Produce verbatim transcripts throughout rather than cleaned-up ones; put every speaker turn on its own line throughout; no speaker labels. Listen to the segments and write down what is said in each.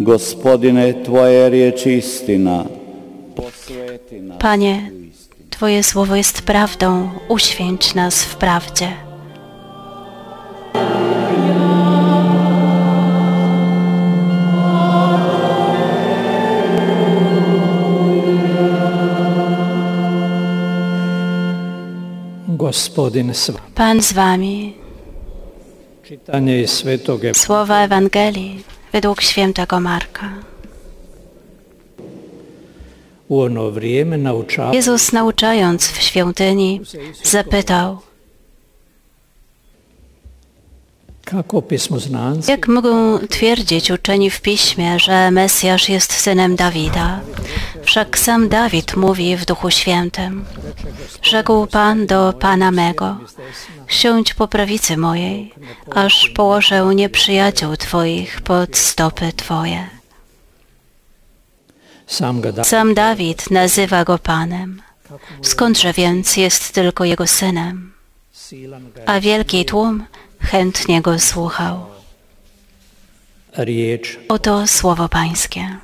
Gospodine, Twoja riječ istina.
Panie, Twoje słowo jest prawdą, uświęć nas w prawdzie. Pan z wami. Słowa Ewangelii według świętego Marka. Jezus, nauczając w świątyni, zapytał: jak mogą twierdzić uczeni w Piśmie, że Mesjasz jest synem Dawida? Wszak sam Dawid mówi w Duchu Świętym: rzekł Pan do Pana mego: siądź po prawicy mojej, aż położę nieprzyjaciół Twoich pod stopy Twoje. Sam Dawid nazywa go Panem. Skądże więc jest tylko jego synem? A wielki tłum chętnie go słuchał. Oto słowo Pańskie.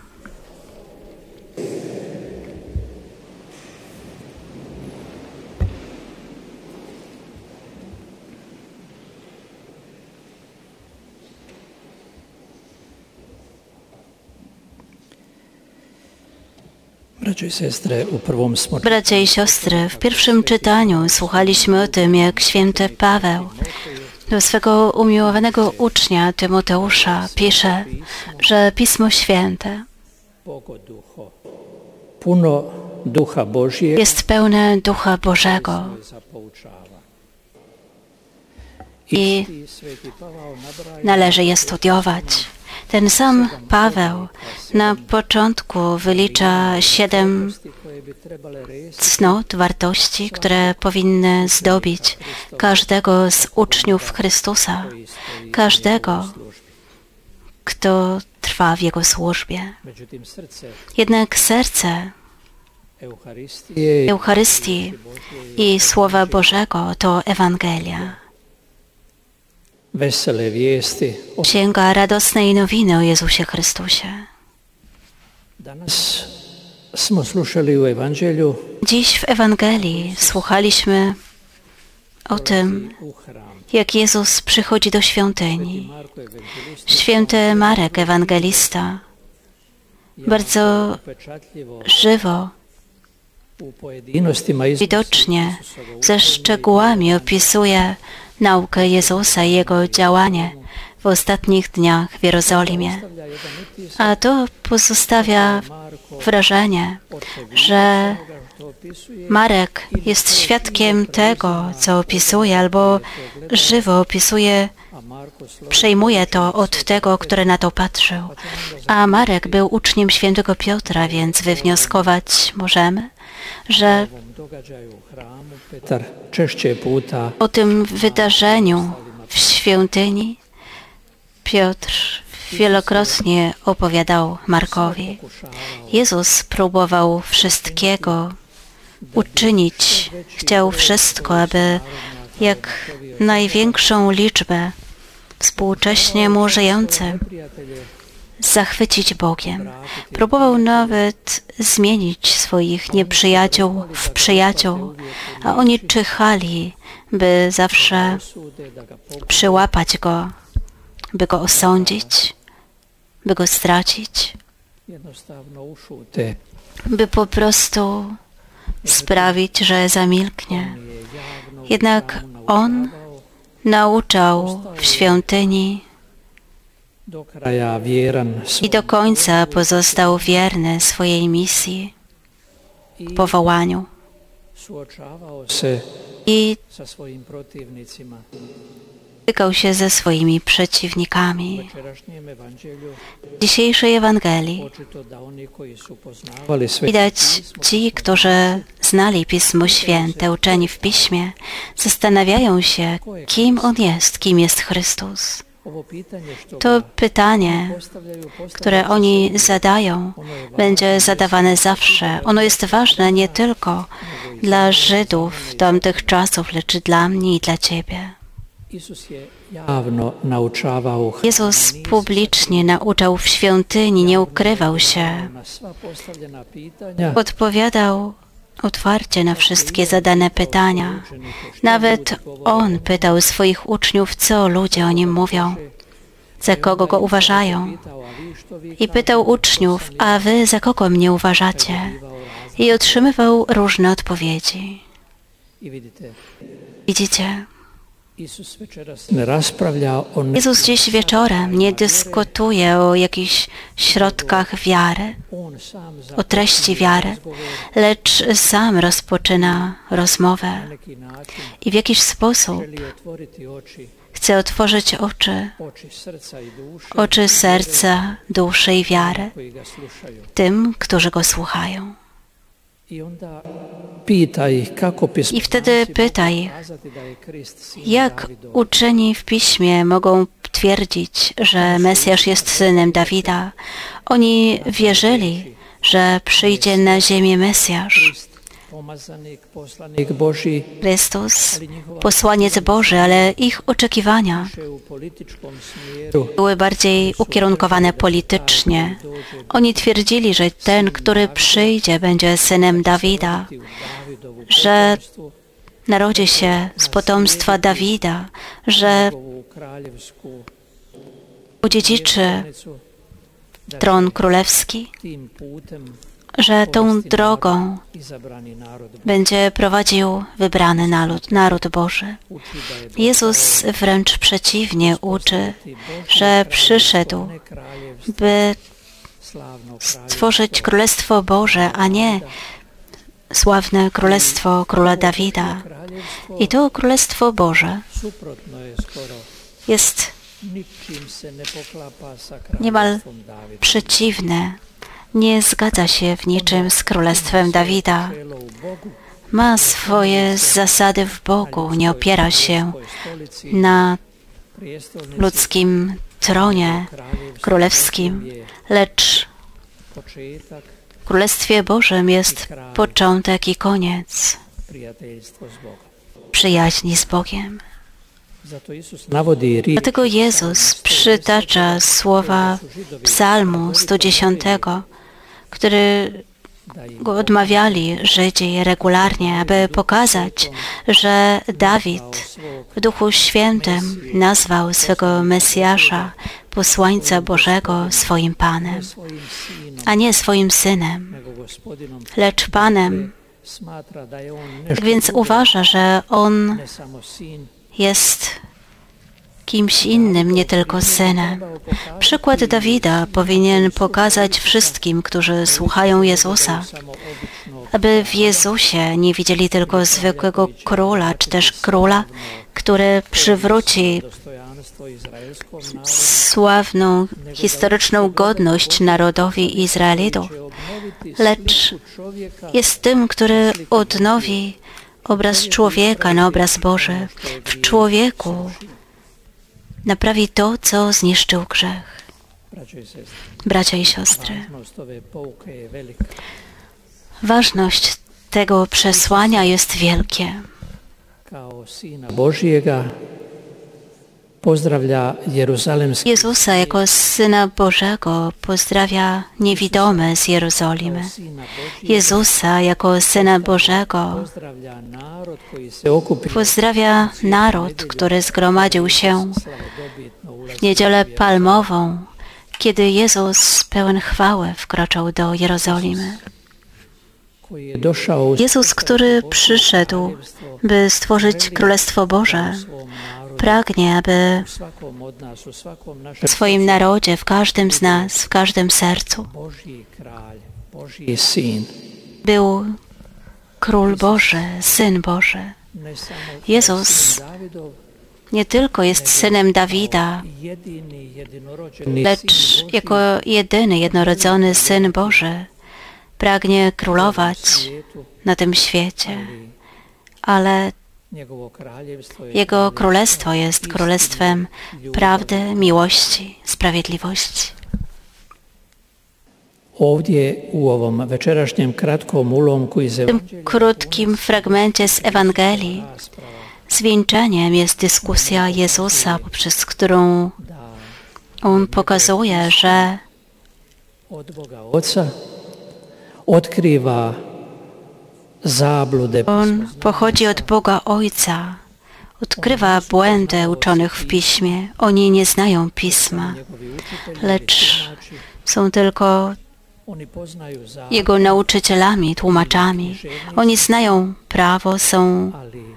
Bracia i siostry, w pierwszym czytaniu słuchaliśmy o tym, jak święty Paweł do swego umiłowanego ucznia Tymoteusza pisze, że Pismo Święte jest pełne Ducha Bożego i należy je studiować. Ten sam Paweł na początku wylicza siedem cnot, wartości, które powinny zdobić każdego z uczniów Chrystusa, każdego, kto trwa w Jego służbie. Jednak serce Eucharystii i Słowa Bożego to Ewangelia. Księga radosnej nowiny o Jezusie Chrystusie. Dziś w Ewangelii słuchaliśmy o tym, jak Jezus przychodzi do świątyni. Święty Marek Ewangelista bardzo żywo, widocznie, ze szczegółami opisuje naukę Jezusa i Jego działanie w ostatnich dniach w Jerozolimie. A to pozostawia wrażenie, że Marek jest świadkiem tego, co opisuje, albo żywo opisuje, przejmuje to od tego, który na to patrzył. A Marek był uczniem świętego Piotra, więc wywnioskować możemy, że o tym wydarzeniu w świątyni Piotr wielokrotnie opowiadał Markowi. Jezus próbował wszystkiego uczynić, chciał wszystko, aby jak największą liczbę współcześnie mu żyjących zachwycić Bogiem. Próbował nawet zmienić swoich nieprzyjaciół w przyjaciół, a oni czyhali, by zawsze przyłapać go, by go osądzić, by go stracić, by po prostu sprawić, że zamilknie. Jednak on nauczał w świątyni i do końca pozostał wierny swojej misji, powołaniu. I stykał się ze swoimi przeciwnikami. W dzisiejszej Ewangelii widać ci, którzy znali Pismo Święte, uczeni w Piśmie, zastanawiają się, kim On jest, kim jest Chrystus. To pytanie, które oni zadają, będzie zadawane zawsze. Ono jest ważne nie tylko dla Żydów tamtych czasów, lecz i dla mnie i dla Ciebie. Jezus publicznie nauczał w świątyni, nie ukrywał się. Odpowiadał otwarcie na wszystkie zadane pytania. Nawet On pytał swoich uczniów, co ludzie o Nim mówią, za kogo Go uważają. I pytał uczniów, a wy za kogo mnie uważacie? I otrzymywał różne odpowiedzi. Widzicie? Jezus dziś wieczorem nie dyskutuje o jakichś środkach wiary, o treści wiary, lecz sam rozpoczyna rozmowę i w jakiś sposób chce otworzyć oczy, oczy serca, duszy i wiary tym, którzy Go słuchają. I wtedy pytaj, jak uczeni w Piśmie mogą twierdzić, że Mesjasz jest synem Dawida. Oni wierzyli, że przyjdzie na ziemię Mesjasz, Chrystus, posłaniec Boży, ale ich oczekiwania były bardziej ukierunkowane politycznie. Oni twierdzili, że ten, który przyjdzie, będzie synem Dawida, że narodzi się z potomstwa Dawida, że udziedziczy tron królewski, że tą drogą będzie prowadził wybrany naród, naród Boży. Jezus wręcz przeciwnie uczy, że przyszedł, by stworzyć Królestwo Boże, a nie sławne Królestwo Króla Dawida. I to Królestwo Boże jest niemal przeciwne, nie zgadza się w niczym z Królestwem Dawida. Ma swoje zasady w Bogu, nie opiera się na ludzkim tronie królewskim, lecz w Królestwie Bożym jest początek i koniec przyjaźni z Bogiem. Dlatego Jezus przytacza słowa Psalmu sto dziesiątego, który go odmawiali Żydzi regularnie, aby pokazać, że Dawid w Duchu Świętym nazwał swego Mesjasza, posłańca Bożego, swoim Panem, a nie swoim Synem, lecz Panem. Tak więc uważa, że On jest kimś innym, nie tylko Synem. Przykład Dawida powinien pokazać wszystkim, którzy słuchają Jezusa, aby w Jezusie nie widzieli tylko zwykłego króla, czy też króla, który przywróci sławną, historyczną godność narodowi Izraelitów, lecz jest tym, który odnowi obraz człowieka na obraz Boży. W człowieku naprawi to, co zniszczył grzech. Bracia i siostry, ważność tego przesłania jest wielkie. Jezusa jako Syna Bożego pozdrawia niewidomy z Jerozolimy. Jezusa jako Syna Bożego pozdrawia naród, który zgromadził się w Niedzielę Palmową, kiedy Jezus pełen chwały wkroczył do Jerozolimy. Jezus, który przyszedł, by stworzyć Królestwo Boże, pragnie, aby w swoim narodzie, w każdym z nas, w każdym sercu był Król Boży, Syn Boży. Jezus nie tylko jest Synem Dawida, lecz jako jedyny, jednorodzony Syn Boży pragnie królować na tym świecie, ale Jego królestwo jest królestwem prawdy, miłości, sprawiedliwości. W tym krótkim fragmencie z Ewangelii Zwieńczeniem jest dyskusja Jezusa, poprzez którą On pokazuje, że
od Boga Oca odkrywa zablude.
On pochodzi od Boga Ojca, odkrywa błędy uczonych w Piśmie. Oni nie znają Pisma, lecz są tylko Jego nauczycielami, tłumaczami. Oni znają prawo, są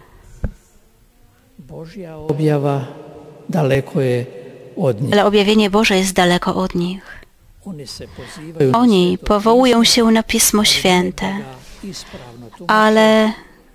Božja objawa daleko je od nich.
ale objawienie Boże jest daleko od nich.
Oni se pozivaju na
Oni
Sveto
powołują się na Pismo Święte,
ispravno tumače,
ale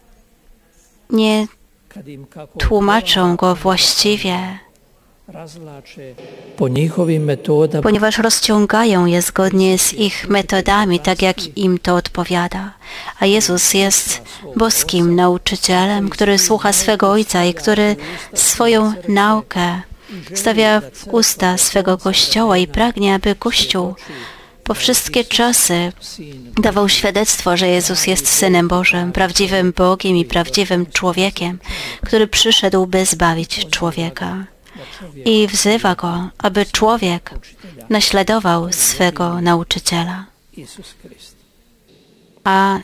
nie
kad im kako
tłumaczą go właściwie,
razvlače po njihovim metodama,
ponieważ rozciągają je zgodnie z ich metodami, tak jak im to odpowiada. A Jezus jest boskim nauczycielem, który słucha swego Ojca i który swoją naukę stawia w usta swego Kościoła i pragnie, aby Kościół po wszystkie czasy dawał świadectwo, że Jezus jest Synem Bożym, prawdziwym Bogiem i prawdziwym człowiekiem, który przyszedł, by zbawić człowieka. I wzywa go, aby człowiek naśladował swego nauczyciela.
Isus Krist.
A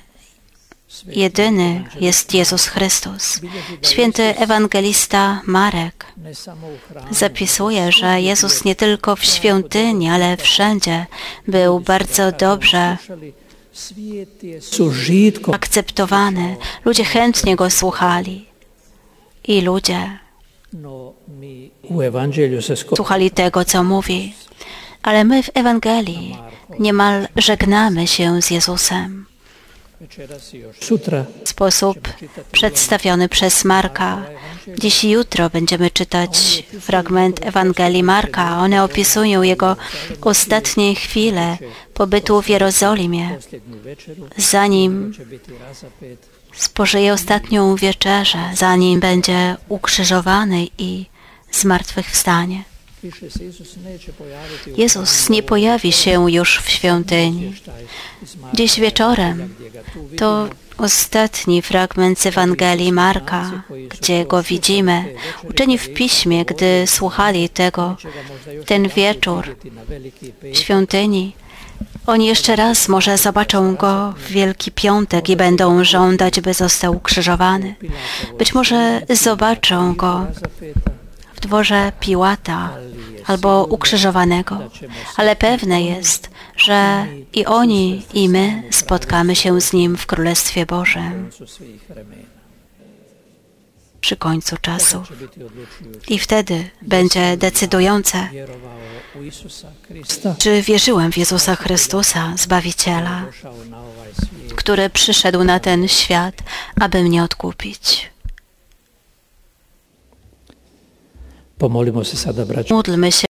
jedyny jest Jezus Chrystus. Święty ewangelista Marek
Ne samo u hramu,
zapisuje, że Jezus nie tylko w świątyni, ale wszędzie był bardzo dobrze
slušali, svijet je s užitkom
akceptowany. Ludzie chętnie go słuchali i ludzie
no mi u evanđelju se skoro
słuchali tego, co mówi. Ale my w Ewangelii niemal żegnamy się z Jezusem
večeras i još sutra
w sposób przedstawiony przez Marka. Dziś i jutro będziemy czytać fragment Ewangelii Marka. One opisują jego ostatnie chwile pobytu w Jerozolimie,
posljednju večeru
zanim
će biti razapet.
spożyje ostatnią wieczerzę, zanim będzie ukrzyżowany i zmartwychwstanie.
Više se Isus neće pojaviti u
Jezus nie pojawi się już w świątyni.
izvještaj iz Marka
Dziś wieczorem
gdje ga tu vidimo,
to ostatni fragment z Ewangelii Marka, gdzie go widzimy. Uczeni w Piśmie, gdy słuchali tego,
će ga možda još
ten
jedanput
wieczór
vidjeti na Veliki
w
petak.
świątyni, oni jeszcze raz może zobaczą go w Wielki Piątek i będą żądać, by został ukrzyżowany. Być może zobaczą go
Razapeta,
w dworze Piłata albo ukrzyżowanego, ale pewne jest, że i oni, i my spotkamy się z Nim w Królestwie Bożym
koncu svih vremena.
przy końcu czasu.
Će biti odlučujuće.
I wtedy będzie decydujące,
Vjerovao u Isusa Krista,
czy wierzyłem w Jezusa Chrystusa, Zbawiciela,
došao na ovaj svijet.
który przyszedł na ten świat, aby mnie odkupić.
Pomolimo se sada, braćo.
Módlmy się